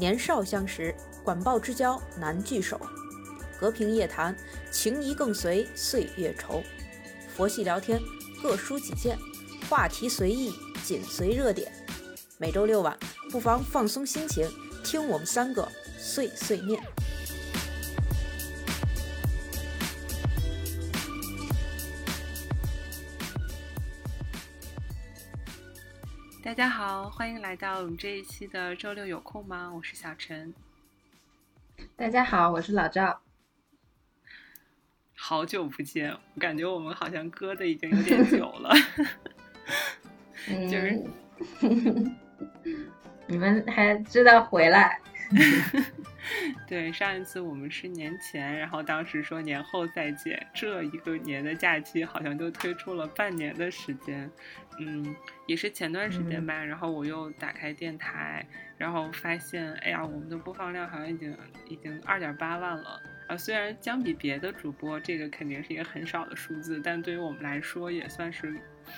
年少相识，管鲍之交难聚首。隔屏夜谈，情谊更随岁月稠。佛系聊天，各抒己见，话题随意，紧随热点。每周6晚，不妨放松心情，听我们3个碎碎念。 大家好，欢迎来到我们这一期的周六有空吗？我是小陈。 大家好，我是老赵。 好久不见，我感觉我们好像隔的已经有点久了。就是你们还知道回来。 对，上一次我们是年前，然后当时说年后再见，这一个年的假期好像就推出了半年的时间。也是前段时间吧，然后我又打开电台，然后发现哎呀，我们的播放量好像已经2.8万了。虽然相比别的主播这个肯定是一个很少的数字，但对于我们来说也算是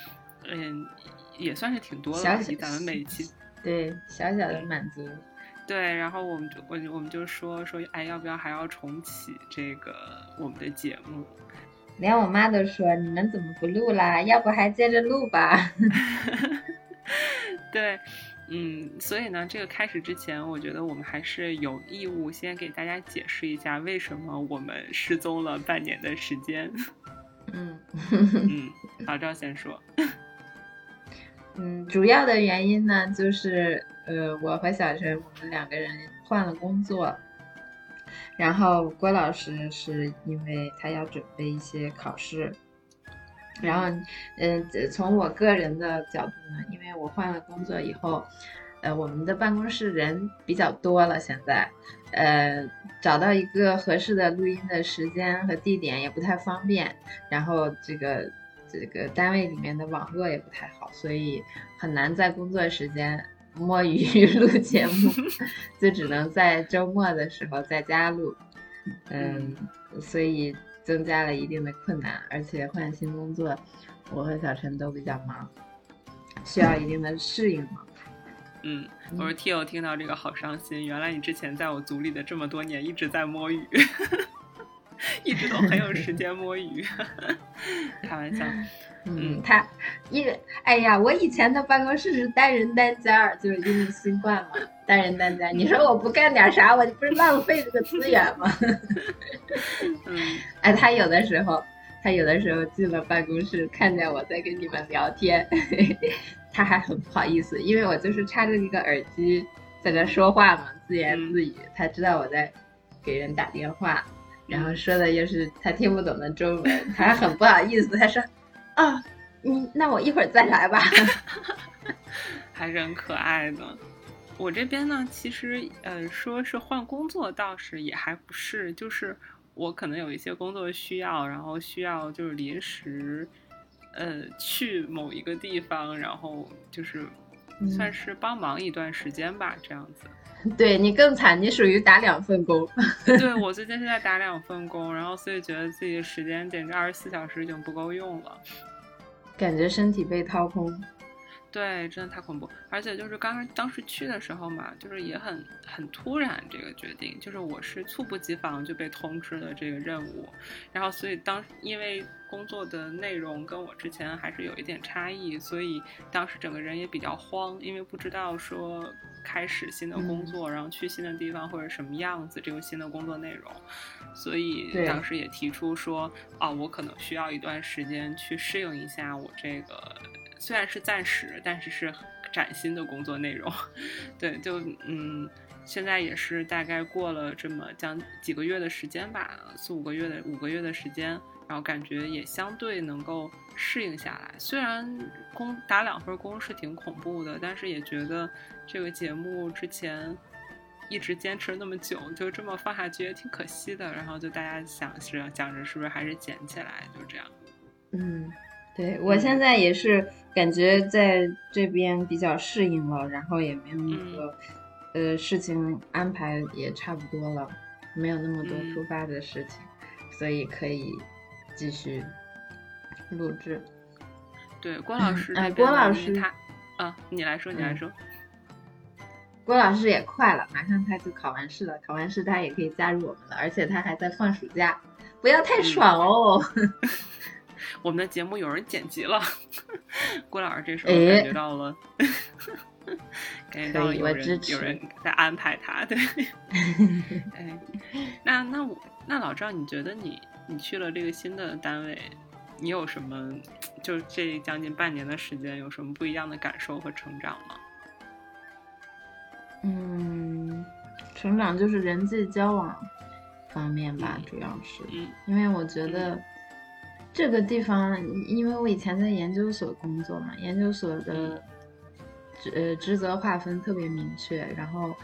挺多的，比咱们每一期对小小的满足。 对，然后我们就说哎，要不要还要重启这个我们的节目？ 连我妈都说你们怎么不录啦？要不还接着录吧？ 对，所以呢，这个开始之前，我觉得我们还是有义务先给大家解释一下为什么我们失踪了半年的时间。老赵先说。 主要的原因呢，就是我和小陈我们2个人换了工作，然后郭老师是因为他要准备一些考试，然后从我个人的角度呢，因为我换了工作以后，我们的办公室人比较多了，现在找到一个合适的录音的时间和地点也不太方便，然后这个单位里面的网络也不太好，所以很难在工作时间摸鱼录节目，就只能在周末的时候在家录。所以增加了一定的困难，而且换新工作，我和小陈都比较忙，需要一定的适应嘛。 我说 Tio 听到这个好伤心，原来你之前在我组里的这么多年一直在摸鱼。一直都很有时间摸鱼。开玩笑。 哎呀，我以前的办公室是单人单间，就是因为新冠嘛，单人单间。你说我不干点啥，我不是浪费这个资源吗？他有的时候进了办公室，看见我在跟你们聊天，他还很不好意思，因为我就是插着一个耳机在这说话嘛，自言自语，他知道我在给人打电话。然后说的又是他听不懂的中文，他还很不好意思，他说那我一会儿再来吧。 还是很可爱的。我这边呢，其实说是换工作倒是也还不是，就是我可能有一些工作需要，然后需要就是临时去某一个地方，然后就是算是帮忙一段时间吧，这样子。 对，你更惨，你属于打2份工。 对，我最近是在打2份工，然后所以觉得自己的时间简直24小时已经不够用了， 感觉身体被掏空。 对，真的太恐怖。而且就是当时去的时候嘛，就是也很突然这个决定，就是我是猝不及防就被通知了这个任务，然后所以因为工作的内容跟我之前还是有一点差异，所以当时整个人也比较慌，因为不知道说开始新的工作，然后去新的地方或者什么样子，这个新的工作内容，所以当时也提出说我可能需要一段时间去适应一下我这个虽然是暂时，但是崭新的工作内容。对，就现在也是大概过了这么几个月的时间吧，5个月的时间，然后感觉也相对能够适应下来。虽然打2份工是挺恐怖的，但是也觉得这个节目之前一直坚持那么久，就这么放下去也挺可惜的。然后就大家想着是不是还是捡起来，就这样。 对，我现在也是感觉在这边比较适应了，然后也没有那么多事情安排也差不多了，没有那么多突发的事情，所以可以继续录制。 对，郭老师郭老师他你来说。 郭老师也快了，马上他就考完试了，考完试他也可以加入我们了，而且他还在放暑假，不要太爽哦。 我们的节目有人剪辑了，郭老师这时候感觉到了，感觉到了有人在安排他，对。哎，那老赵，你觉得你去了这个新的单位，你有什么就这将近半年的时间有什么不一样的感受和成长吗？ 成长就是人际交往方面吧，主要是，因为我觉得这个地方，因为我以前在研究所工作嘛，研究所的职责划分特别明确，然后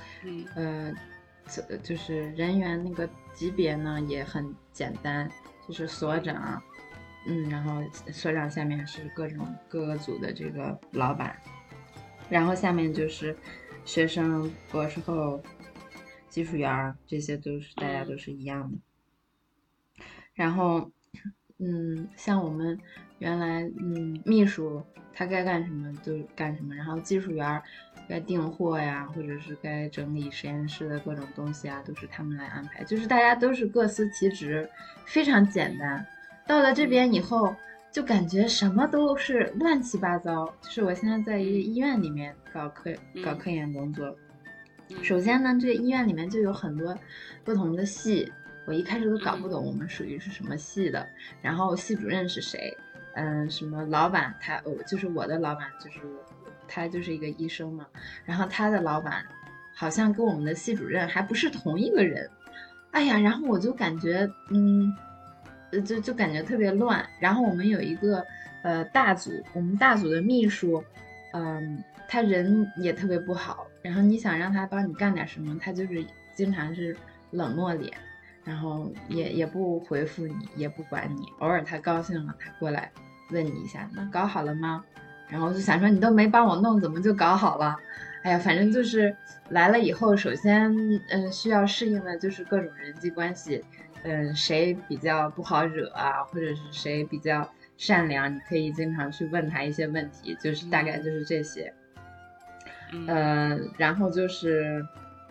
就是人员那个级别呢也很简单，就是所长，然后所长下面是各个组的这个老板，然后下面就是学生、博士后、技术员，这些都是大家都是一样的。然后像我们原来秘书他该干什么就干什么，然后技术员该订货呀，或者是该整理实验室的各种东西啊，都是他们来安排，就是大家都是各司其职，非常简单。到了这边以后就感觉什么都是乱七八糟，就是我现在在一个医院里面搞科研工作。首先呢，这个医院里面就有很多不同的系，我一开始都搞不懂我们属于是什么系的，然后系主任是谁，什么老板就是我的老板，就是他就是一个医生嘛，然后他的老板好像跟我们的系主任还不是同一个人，哎呀，然后我就感觉就感觉特别乱。然后我们有一个大组，我们大组的秘书，他人也特别不好，然后你想让他帮你干点什么，他就是经常是冷漠脸，然后也不回复你，也不管你，偶尔他高兴了他过来问你一下，那搞好了吗？然后我就想说你都没帮我弄，怎么就搞好了？哎呀，反正就是来了以后，首先需要适应的就是各种人际关系，谁比较不好惹啊，或者是谁比较善良，你可以经常去问他一些问题，就是大概就是这些。然后就是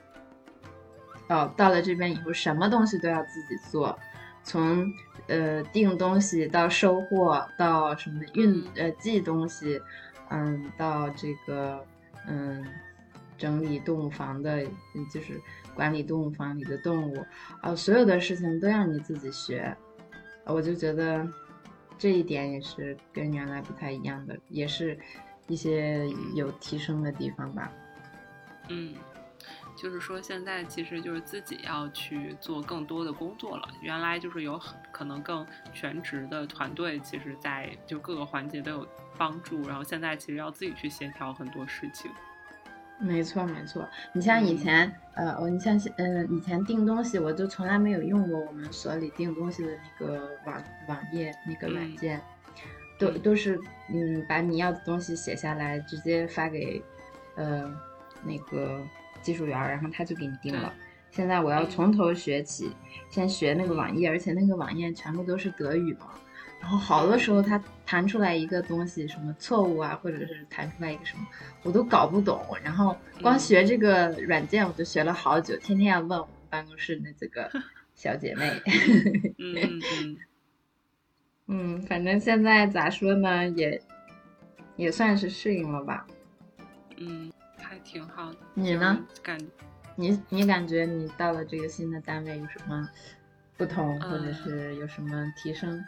到了这边以后，什么东西都要自己做，从订东西到收货，到什么寄东西，到这个整理动物房的，就是管理动物房里的动物，所有的事情都让你自己学，我就觉得这一点也是跟原来不太一样的，也是一些有提升的地方吧。 就是说现在其实就是自己要去做更多的工作了，原来就是有可能更全职的团队，其实在就各个环节都有帮助，然后现在其实要自己去协调很多事情。 没错，你像以前以前订东西，我就从来没有用过我们所里订东西的那个网页那个软件，都是把你要的东西写下来，直接发给那个技术员，然后他就给你订了。现在我要从头学起，先学那个网页，而且那个网页全部都是德语嘛，然后好多时候它弹出来一个东西，什么错误啊，或者是弹出来一个什么，我都搞不懂。然后光学这个软件我就学了好久，天天要问我们办公室的这个小姐妹。反正现在咋说呢，也算是适应了吧。 还挺好的。 你呢？你感觉你到了这个新的单位有什么不同，或者是有什么提升？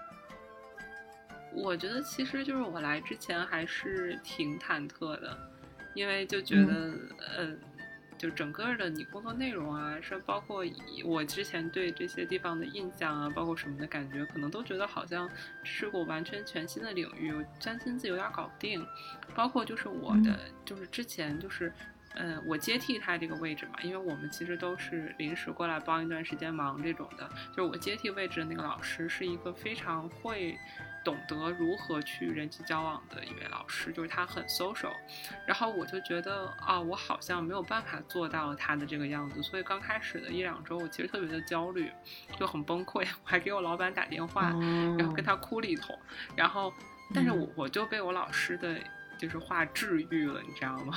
我觉得其实就是我来之前还是挺忐忑的，因为就觉得就整个的你工作内容啊，是包括我之前对这些地方的印象啊，包括什么的感觉，可能都觉得好像是个完全全新的领域，我担心自己有点搞不定。包括就是我的就是之前就是我接替他这个位置嘛，因为我们其实都是临时过来帮一段时间忙这种的，就是我接替位置的那个老师是一个非常会懂得如何去人际交往的一位老师，就是他很 social， 然后我就觉得我好像没有办法做到他的这个样子，所以刚开始的1-2周我其实特别的焦虑，就很崩溃，我还给我老板打电话，然后跟他哭了一通，然后但是我就被我老师的就是话治愈了，你知道吗？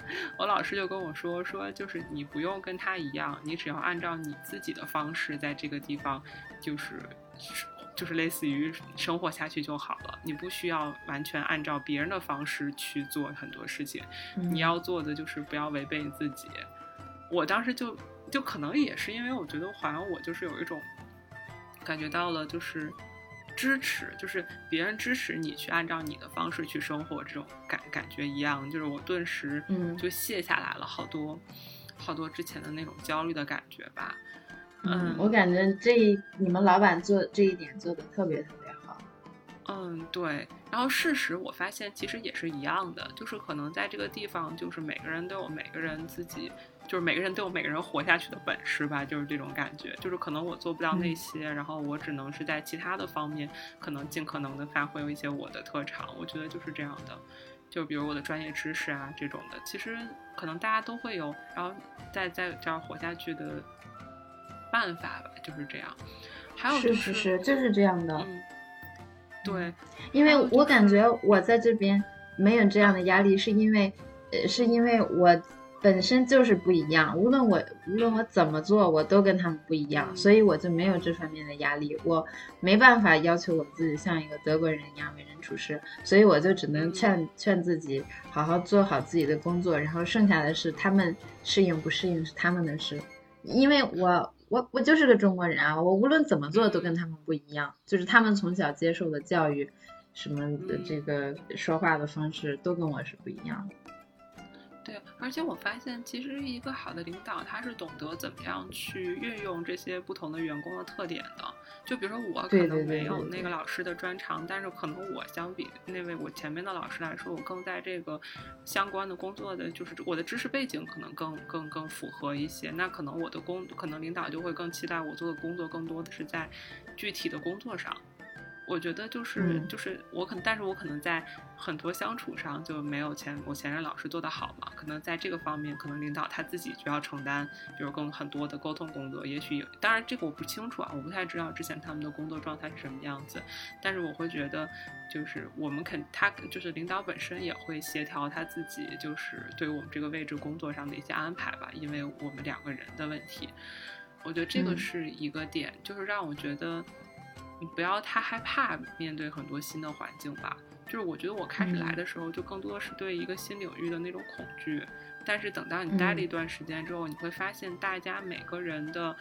我老师就跟我说，就是你不用跟他一样，你只要按照你自己的方式在这个地方，就是类似于生活下去就好了，你不需要完全按照别人的方式去做很多事情，你要做的就是不要违背你自己。我当时就可能也是因为我觉得好像我就是有一种感觉到了，就是支持，就是别人支持你去按照你的方式去生活，这种感觉一样，就是我顿时就卸下来了好多之前的那种焦虑的感觉吧。 我感觉你们老板做这一点做的特别特别好。 对。然后事实我发现其实也是一样的，就是可能在这个地方，就是每个人都有每个人自己，就是每个人都有每个人活下去的本事吧，就是这种感觉。就是可能我做不到那些，然后我只能是在其他的方面，可能尽可能的发挥一些我的特长。我觉得就是这样的，就比如我的专业知识啊这种的，其实可能大家都会有，然后在这儿活下去的办法吧，就是这样。还有是就是这样的。 对， 因为我感觉我在这边没有这样的压力，是因为我本身就是不一样，无论我怎么做，我都跟他们不一样，所以我就没有这方面的压力，我没办法要求我自己像一个德国人一样为人处事，所以我就只能劝自己好好做好自己的工作，然后剩下的是他们适应不适应是他们的事，因为我就是个中国人啊，我无论怎么做都跟他们不一样，就是他们从小接受的教育，什么的这个说话的方式都跟我是不一样的。 对，而且我发现其实一个好的领导他是懂得怎么样去运用这些不同的员工的特点的。就比如说我可能没有那个老师的专长，但是可能我相比那位我前面的老师来说，我更在这个相关的工作的，就是我的知识背景可能更符合一些。那可能可能领导就会更期待我做的工作更多的是在具体的工作上。我觉得就是但是我可能在很多相处上就没有我前任老师做得好嘛，可能在这个方面，可能领导他自己就要承担，比如很多的沟通工作。也许当然这个我不清楚啊，我不太知道之前他们的工作状态是什么样子，但是我会觉得就是他就是领导本身也会协调他自己，就是对我们这个位置工作上的一些安排吧，因为我们两个人的问题，我觉得这个是一个点，就是让我觉得你不要太害怕面对很多新的环境吧。就是我觉得我开始来的时候，就更多的是对一个新领域的那种恐惧，但是等到你待了一段时间之后，你会发现大家每个人的，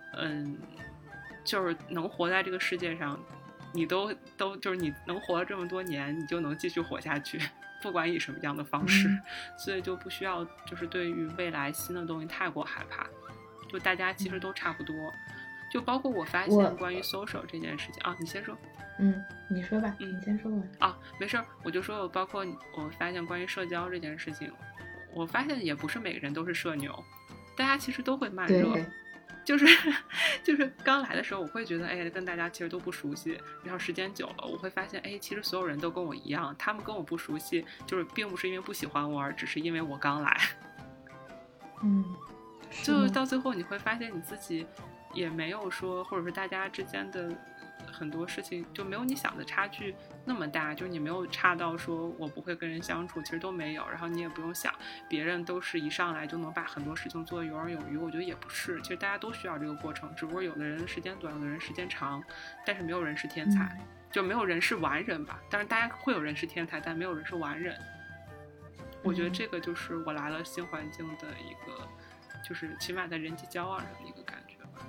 就是能活在这个世界上，你都就是你能活了这么多年，你就能继续活下去，不管以什么样的方式，所以就不需要就是对于未来新的东西太过害怕，就大家其实都差不多。就包括我发现关于 social 这件事情啊，你先说。 你说吧，你先说吧。 啊，没事，我就说包括我发现关于社交这件事情，我发现也不是每个人都是社牛，大家其实都会慢热。就是刚来的时候，我会觉得跟大家其实都不熟悉，然后时间久了，我会发现其实所有人都跟我一样，他们跟我不熟悉，就是并不是因为不喜欢我，而只是因为我刚来。就到最后你会发现你自己也没有说，或者是大家之间的很多事情就没有你想的差距那么大，就是你没有差到说我不会跟人相处，其实都没有，然后你也不用想别人都是一上来就能把很多事情做得游刃有余，我觉得也不是，其实大家都需要这个过程，只不过有的人时间短，有的人时间长，但是没有人是天才，就没有人是完人吧，当然大家会有人是天才，但没有人是完人。我觉得这个就是我来了新环境的一个，就是起码在人际交往上的一个感觉吧。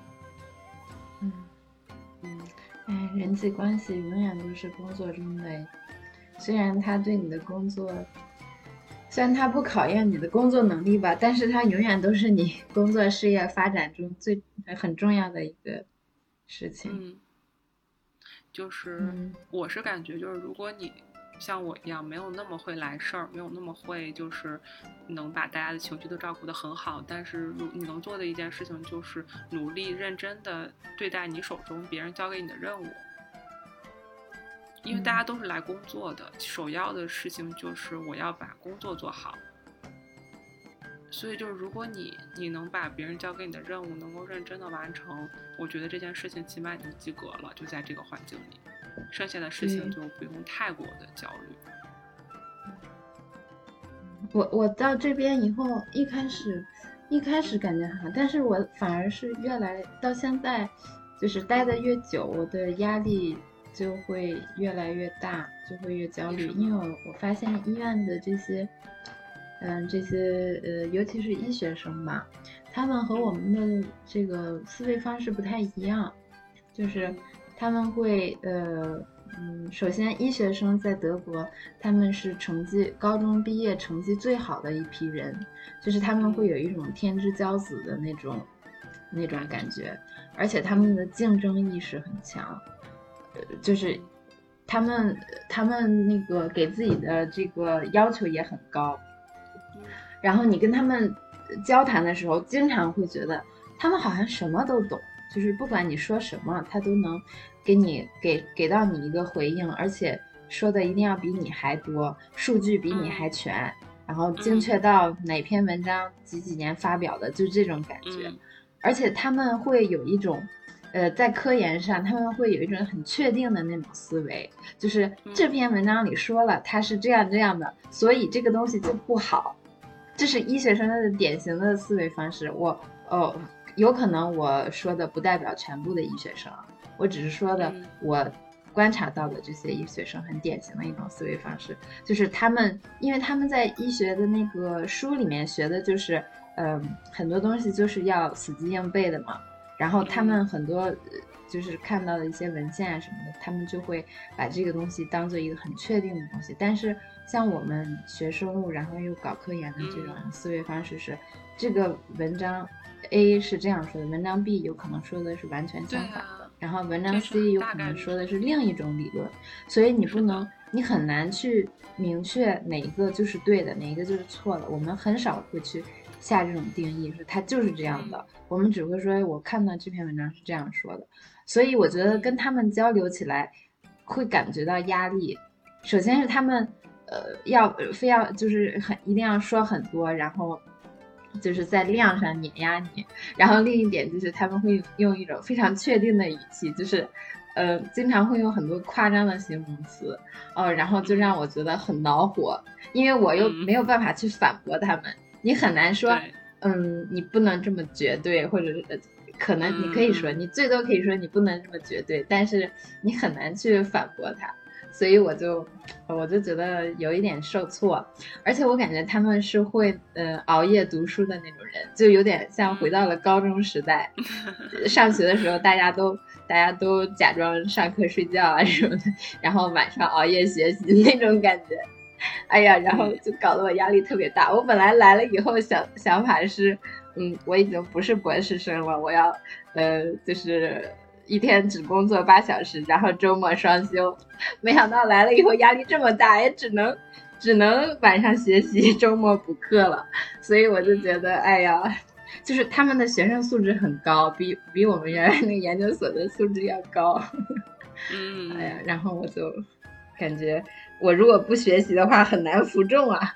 人际关系永远都是工作中的，虽然他对你的工作，虽然他不考验你的工作能力吧，但是他永远都是你工作事业发展中很重要的一个事情。 就是我是感觉就是如果你像我一样没有那么会来事儿，没有那么会就是能把大家的情绪都照顾得很好，但是你能做的一件事情就是努力认真的对待你手中别人交给你的任务，因为大家都是来工作的，首要的事情就是我要把工作做好，所以就是如果你能把别人交给你的任务能够认真的完成，我觉得这件事情起码你就及格了，就在这个环境里，剩下的事情就不用太过的焦虑。 我到这边以后，一开始感觉还好，但是我反而是越来到现在，就是待得越久，我的压力就会越来越大，就会越焦虑，因为我发现医院的这些，尤其是医学生吧，他们和我们的这个思维方式不太一样，就是他们会首先医学生在德国，他们是高中毕业成绩最好的一批人，就是他们会有一种天之骄子的那种感觉，而且他们的竞争意识很强，就是他们那个给自己的这个要求也很高，然后你跟他们交谈的时候，经常会觉得他们好像什么都懂，就是不管你说什么，他都能给到你一个回应，而且说的一定要比你还多，数据比你还全，然后精确到哪篇文章几年发表的，就这种感觉。而且他们会有一种在科研上他们会有一种很确定的那种思维，就是这篇文章里说了它是这样的，所以这个东西就不好，这是医学生的典型的思维方式。有可能我说的不代表全部的医学生，我只是说的我观察到的这些医学生很典型的一种思维方式，就是因为他们在医学的那个书里面学的就是很多东西就是要死记硬背的嘛，然后他们很多就是看到的一些文献啊什么的，他们就会把这个东西当做一个很确定的东西。但是像我们学生物然后又搞科研的这种思维方式是，这个文章 A 是这样说的，文章 B 有可能说的是完全相反的，然后文章 C 有可能说的是另一种理论，所以你很难去明确哪一个就是对的，哪一个就是错的。我们很少会去下这种定义，说它就是这样的，我们只会说我看到这篇文章是这样说的。所以我觉得跟他们交流起来会感觉到压力，首先是他们非要就是一定要说很多，然后就是在量上碾压你，然后另一点就是他们会用一种非常确定的语气，就是经常会用很多夸张的形容词，然后就让我觉得很恼火，因为我又没有办法去反驳他们，你很难说你不能这么绝对，或者是可能你可以说你最多可以说你不能这么绝对，但是你很难去反驳他，所以我就觉得有一点受挫，而且我感觉他们是会熬夜读书的那种人，就有点像回到了高中时代，上学的时候大家都假装上课睡觉啊什么的，然后晚上熬夜学习那种感觉。哎呀，然后就搞得我压力特别大。我本来来了以后想法是，我已经不是博士生了，我要就是一天只工作8小时，然后周末双休。没想到来了以后压力这么大，也只能晚上学习，周末补课了。所以我就觉得，哎呀，就是他们的学生素质很高，比我们原来那个研究所的素质要高。哎呀，然后我就感觉我如果不学习的话很难服众啊。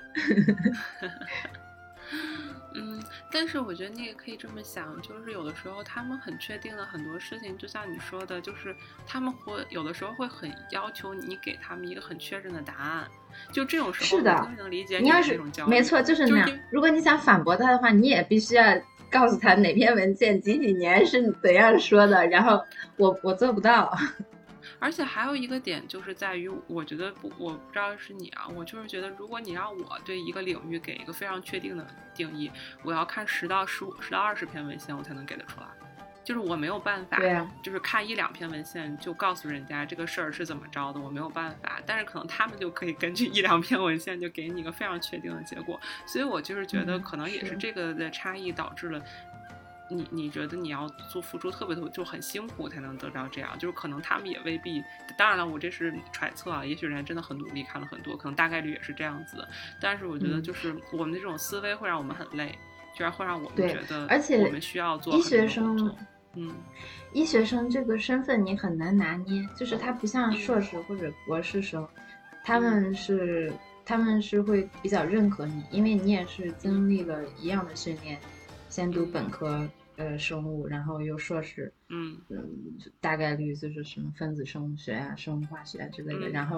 但是我觉得你也可以这么想，就是有的时候他们很确定了很多事情，就像你说的，就是他们会有的时候会很要求你给他们一个很确认的答案，就这种时候是的， 我能理解你要是这种焦虑， 没错，就是那样。如果你想反驳他的话，你也必须要告诉他哪篇文件几年是怎样说的，然后我做不到。 而且还有一个点就是在于，我觉得我不知道是你啊，我就是觉得，如果你让我对一个领域给一个非常确定的定义，我要看10到15、10到20篇文献，我才能给得出来。就是我没有办法，就是看1、2篇文献就告诉人家这个事儿是怎么着的，我没有办法。但是可能他们就可以根据1、2篇文献就给你一个非常确定的结果。所以我就是觉得，可能也是这个的差异导致了。你觉得你要付出特别多，就很辛苦才能得到这样，就是可能他们也未必，当然了，我这是揣测啊，也许人家真的很努力，看了很多，可能大概率也是这样子的。但是我觉得就是我们的这种思维会让我们很累，居然会让我们觉得， 而且我们需要做很多工作。 医学生这个身份你很难拿捏，就是他不像硕士或者博士生，他们是会比较认可你，因为你也是经历了一样的训练，先读本科生物，然后又硕士，大概率就是什么分子生物学啊、生物化学啊之类的，然后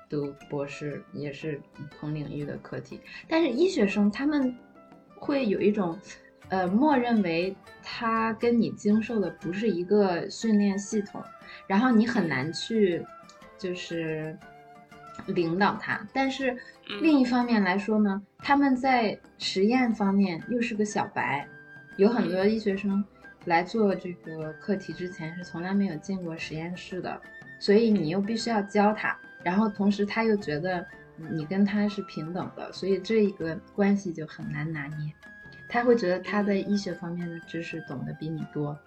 读博士也是同领域的课题，但是医学生他们会有一种默认为他跟你经受的不是一个训练系统，然后你很难去就是领导他。但是另一方面来说呢，他们在实验方面又是个小白，有很多医学生来做这个课题之前是从来没有进过实验室的，所以你又必须要教他，然后同时他又觉得你跟他是平等的，所以这一个关系就很难拿捏。他会觉得他在医学方面的知识懂得比你多，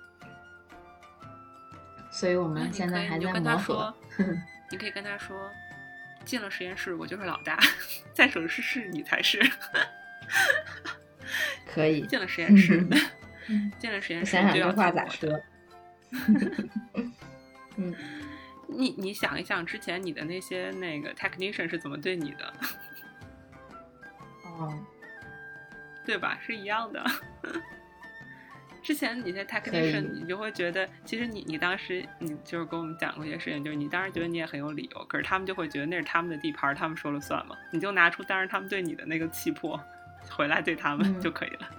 所以我们现在还在磨合。 你可以跟他说，进了实验室我就是老大，在手术室你才是。 可以。 进了实验室，进了实验室想想就要这话咋说？ 你想一想，之前你的那些那个 technician 是怎么对你的？ 哦。 对吧？是一样的。之前你在 technician 你就会觉得，其实你当时你就是跟我们讲过一些事情，就是你当时觉得你也很有理由，可是他们就会觉得那是他们的地盘，他们说了算嘛，你就拿出当时他们对你的那个气魄回来对他们就可以了。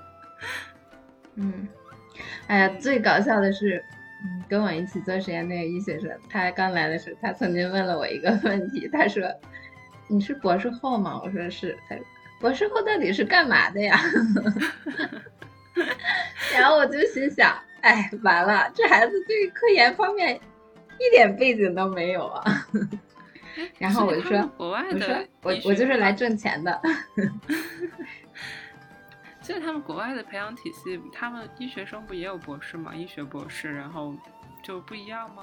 哎呀，最搞笑的是跟我一起做实验那个医学生，他刚来的时候他曾经问了我一个问题，他说你是博士后吗？我说是。他说博士后到底是干嘛的呀？然后我就心想，哎，完了，这孩子对科研方面一点背景都没有啊。然后我就说， 国外的我就是来挣钱的。 所以他们国外的培养体系，他们医学生不也有博士吗？医学博士，然后就不一样吗？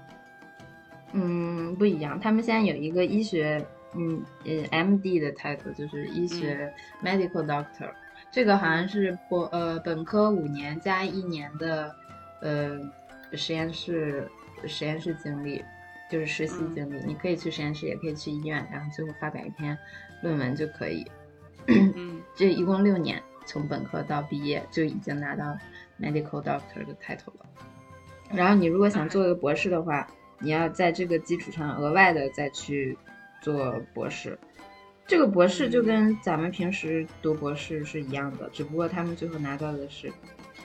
不一样。他们现在有一个医学MD 的 title， 就是医学 medical doctor，这个好像是本科5年加1年的实验室经历，就是实习经历。你可以去实验室，也可以去医院，然后最后发表一篇论文就可以。这一共6年，从本科到毕业就已经拿到 medical doctor 的 title 了。然后你如果想做一个博士的话，你要在这个基础上额外的再去做博士。这个博士就跟咱们平时读博士是一样的，只不过他们最后拿到的是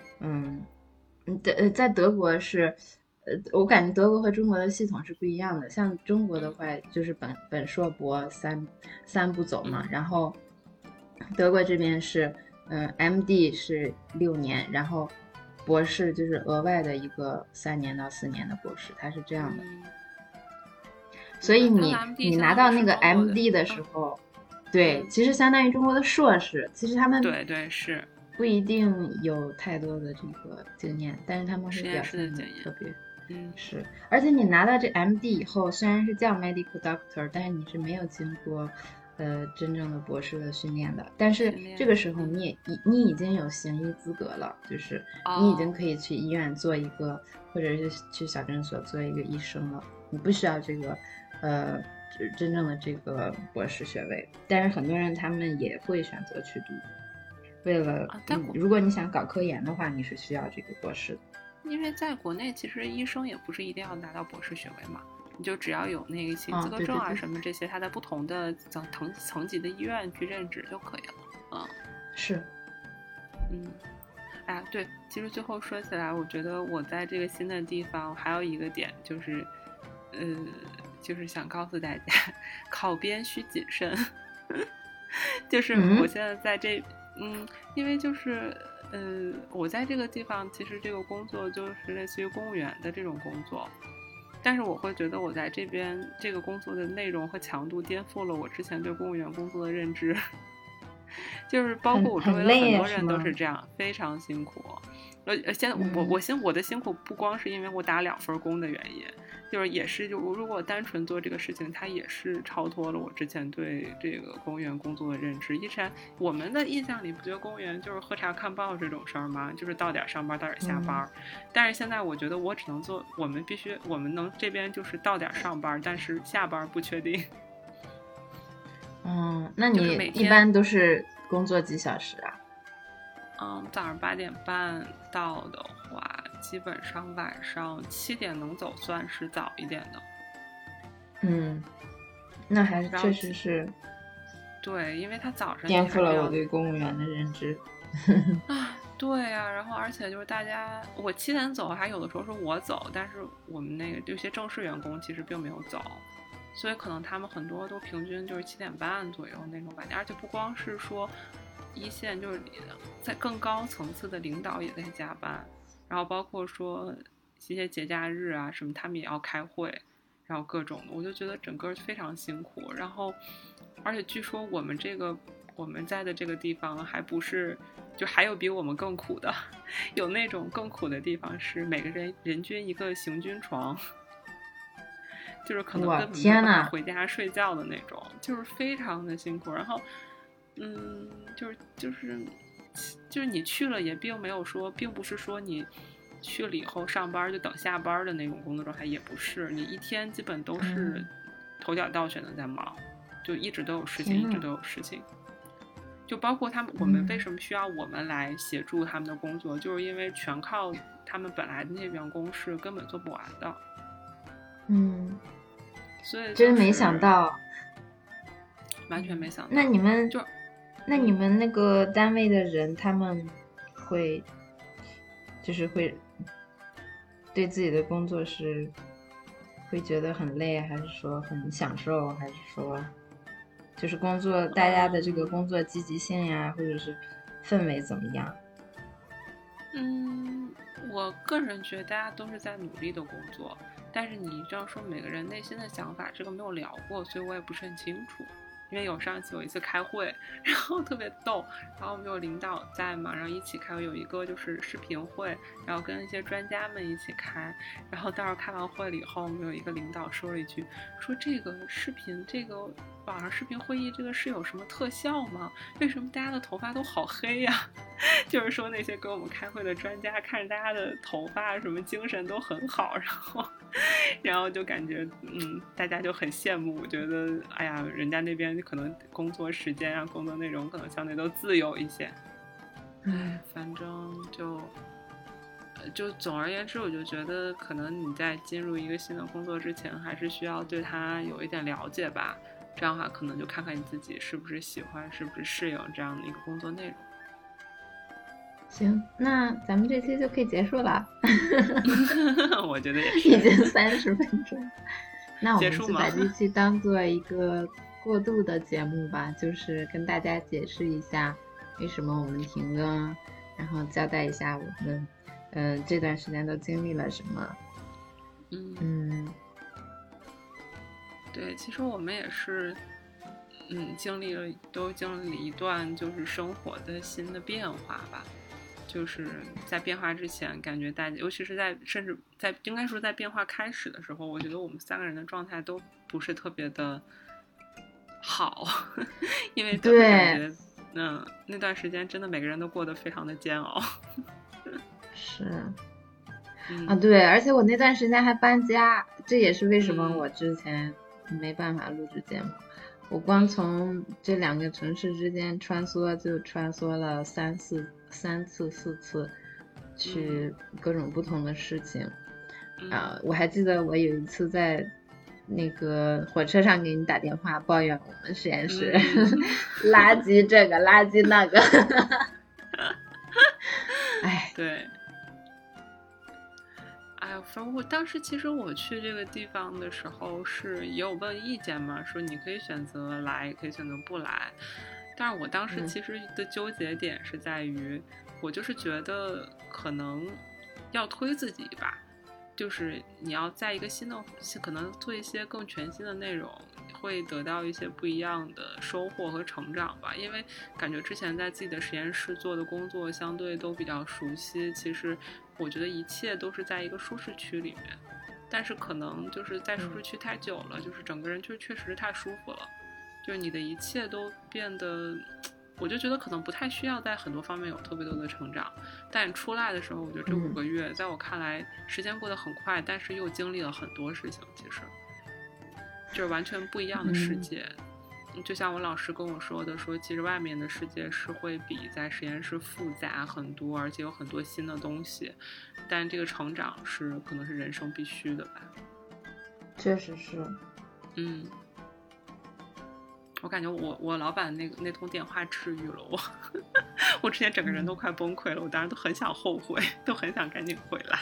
在德国是我感觉德国和中国的系统是不一样的。像中国的话就是本硕博三步走嘛，然后德国这边是MD 是6年，然后博士就是额外的一个3年到4年的博士，它是这样的。所以你拿到那个 MD 的时候，对，其实相当于中国的硕士。其实他们对是不一定有太多的这个经验，但是他们会表现的特别是。而且你拿到这 MD 以后，虽然是叫 medical doctor， 但是你是没有经过真正的博士的训练的。但是这个时候你已经有行医资格了，就是你已经可以去医院做一个，或者是去小诊所做一个医生了，你不需要这个真正的这个博士学位。但是很多人他们也会选择去读，为了如果你想搞科研的话，你是需要这个博士的。 因为在国内其实医生也不是一定要拿到博士学位嘛，你就只要有那个行资格证啊什么这些，他在不同的层级的医院去任职就可以了。 是。 哎呀，对，其实最后说起来，我觉得我在这个新的地方还有一个点就是就是想告诉大家，考编需谨慎。就是我现在在这因为就是我在这个地方，其实这个工作就是类似于公务员的这种工作，但是我会觉得我在这边这个工作的内容和强度颠覆了我之前对公务员工作的认知。就是包括我周围的很多人都是这样，非常辛苦。现在我的辛苦不光是因为我打2份工的原因，就是也是如果我单纯做这个事情，它也是超脱了我之前对这个公务员工作的认知。以前我们的印象里不觉得公务员就是喝茶看报这种事儿吗？就是到点上班到点下班。但是现在我觉得我只能做，我们能这边就是到点上班，但是下班不确定。 那你一般都是工作几小时啊？ 早上8点半到的话，基本上晚上7点能走，算是早一点的。 那还是确实是对，因为他早上颠覆了我对公务员的认知啊。对啊，然后而且就是大家，我7点走，还有的时候是我走，但是我们那个有些正式员工其实并没有走，所以可能他们很多都平均就是7点半左右那种感觉，而且不光是说一线，就是在更高层次的领导也在加班，然后包括说一些节假日啊什么，他们也要开会，然后各种的，我就觉得整个非常辛苦。然后，而且据说我们在的这个地方还不是，就还有比我们更苦的，有那种更苦的地方是每个人均一个行军床，就是可能根本没有办法回家睡觉的那种，就是非常的辛苦。然后，就是你去了也并没有说，并不是说你去了以后上班就等下班的那种工作状态，也不是，你一天基本都是头脚倒选的在忙，就一直都有事情，一直都有事情。就包括我们为什么需要我们来协助他们的工作，就是因为全靠他们本来的那些员工是根本做不完的。所以真没想到， 完全没想到。 那你们那个单位的人，他们会对自己的工作是会觉得很累，还是说很享受，还是说就是工作大家的这个工作积极性呀，或者是氛围怎么样？ 我个人觉得大家都是在努力的工作，但是你这样说每个人内心的想法，这个没有聊过，所以我也不是很清楚。因为上次有一次开会，然后特别逗，然后我们有领导在嘛，然后一起开会，有一个就是视频会，然后跟一些专家们一起开，然后到时候开完会了以后，我们有一个领导说了一句，说这个网上视频会议这个是有什么特效吗？为什么大家的头发都好黑呀？就是说那些跟我们开会的专家看着大家的头发什么精神都很好，然后就感觉大家就很羡慕，我觉得哎呀，人家那边可能工作时间啊工作内容可能相对都自由一些。反正就总而言之，我就觉得可能你在进入一个新的工作之前，还是需要对它有一点了解吧，这样的话可能就看看你自己是不是喜欢，是不是适应这样的一个工作内容。 行，那咱们这期就可以结束了。 我觉得也是， 已经30分钟。那我们就把这期当做一个过渡的节目吧，就是跟大家解释一下为什么我们停更，然后交代一下我们这段时间都经历了什么。 对，其实我们也是都经历了一段就是生活的新的变化吧。就是在变化之前，感觉大家，尤其是甚至在应该说在变化开始的时候，我觉得我们3个人的状态都不是特别的好，因为都感觉那段时间真的每个人都过得非常的煎熬。 是对，而且我那段时间还搬家，这也是为什么我之前没办法录制节目。我光从这2个城市之间穿梭就穿梭了3次4次，去各种不同的事情。我还记得我有一次在那个火车上给你打电话抱怨我们实验室垃圾这个垃圾那个。哎， 对。反正我当时其实我去这个地方的时候是也有问意见嘛，说你可以选择来，也可以选择不来。但是我当时其实的纠结点是在于，我就是觉得可能要推自己吧，就是你要在一个新的，可能做一些更全新的内容，会得到一些不一样的收获和成长吧。因为感觉之前在自己的实验室做的工作相对都比较熟悉，其实我觉得一切都是在一个舒适区里面，但是可能就是在舒适区太久了，就是整个人就确实太舒服了，就是你的一切都变得，我就觉得可能不太需要在很多方面有特别多的成长。但出来的时候，我觉得这5个月在我看来时间过得很快，但是又经历了很多事情，其实就是完全不一样的世界。就像我老师跟我说的，说其实外面的世界是会比在实验室复杂很多，而且有很多新的东西，但这个成长可能是人生必须的吧。 确实是。 我感觉我老板那通电话治愈了我，我之前整个人都快崩溃了，我当时都很想后悔，都很想赶紧回来。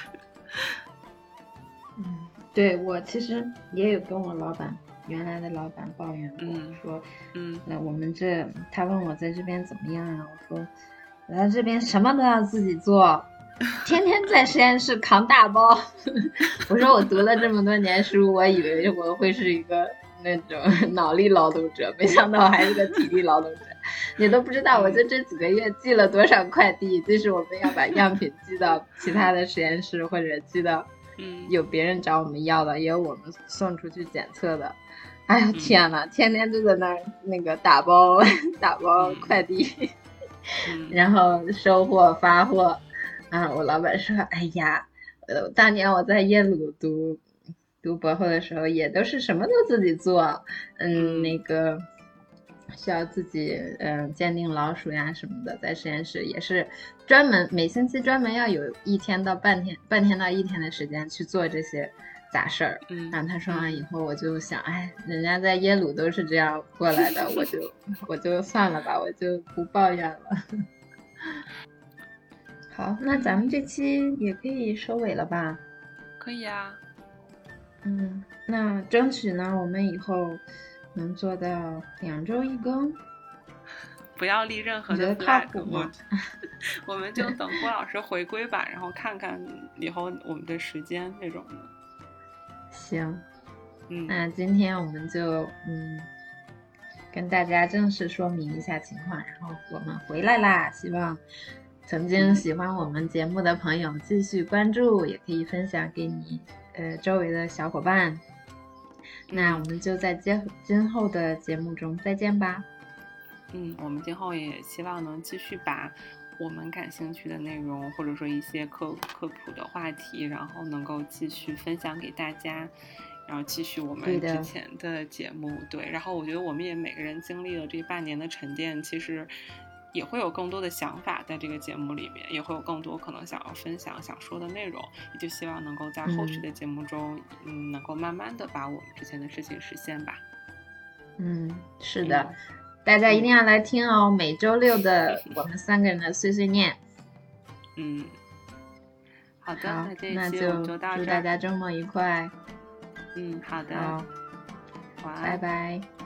对，我其实也有跟我原来的老板抱怨过，说，那我们他问我在这边怎么样啊？我说我在这边什么都要自己做，天天在实验室扛大包。我说我读了这么多年书，我以为我会是一个那种脑力劳动者，没想到还是个体力劳动者。你都不知道我就这几个月寄了多少快递，就是我们要把样品寄到其他的实验室，或者寄到有别人找我们要的，也有我们送出去检测的。哎呦天哪，天天就在那儿那个打包快递，然后收货发货。我老板说，哎呀，当年我在耶鲁读博后的时候，也都是什么都自己做，那个需要自己鉴定老鼠呀什么的，在实验室也是每星期专门要有1天到半天到1天的时间去做这些杂事儿。然后他说完以后，我就想，人家在耶鲁都是这样过来的，我就算了吧，我就不抱怨了。好，那咱们这期也可以收尾了吧？ 可以啊。 那争取呢，我们以后能做到2周1更。 不要立任何的 flag， 我们就等郭老师回归吧，然后看看以后我们的时间那种的。 行，那今天我们就跟大家正式说明一下情况，然后我们回来啦，希望曾经喜欢我们节目的朋友继续关注，也可以分享给你周围的小伙伴。那我们就在今后的节目中再见吧。 我们今后也希望能继续把我们感兴趣的内容，或者说一些科普的话题，然后能够继续分享给大家，然后继续我们之前的节目。对，然后我觉得我们也每个人经历了这半年的沉淀，其实也会有更多的想法在这个节目里面，也会有更多可能想要分享想说的内容，也就希望能够在后续的节目中能够慢慢的把我们之前的事情实现吧。 是的，大家一定要来听哦，每周6的我们3个人的碎碎念。 好的， 那就祝大家周末愉快。 好的， 好，拜拜。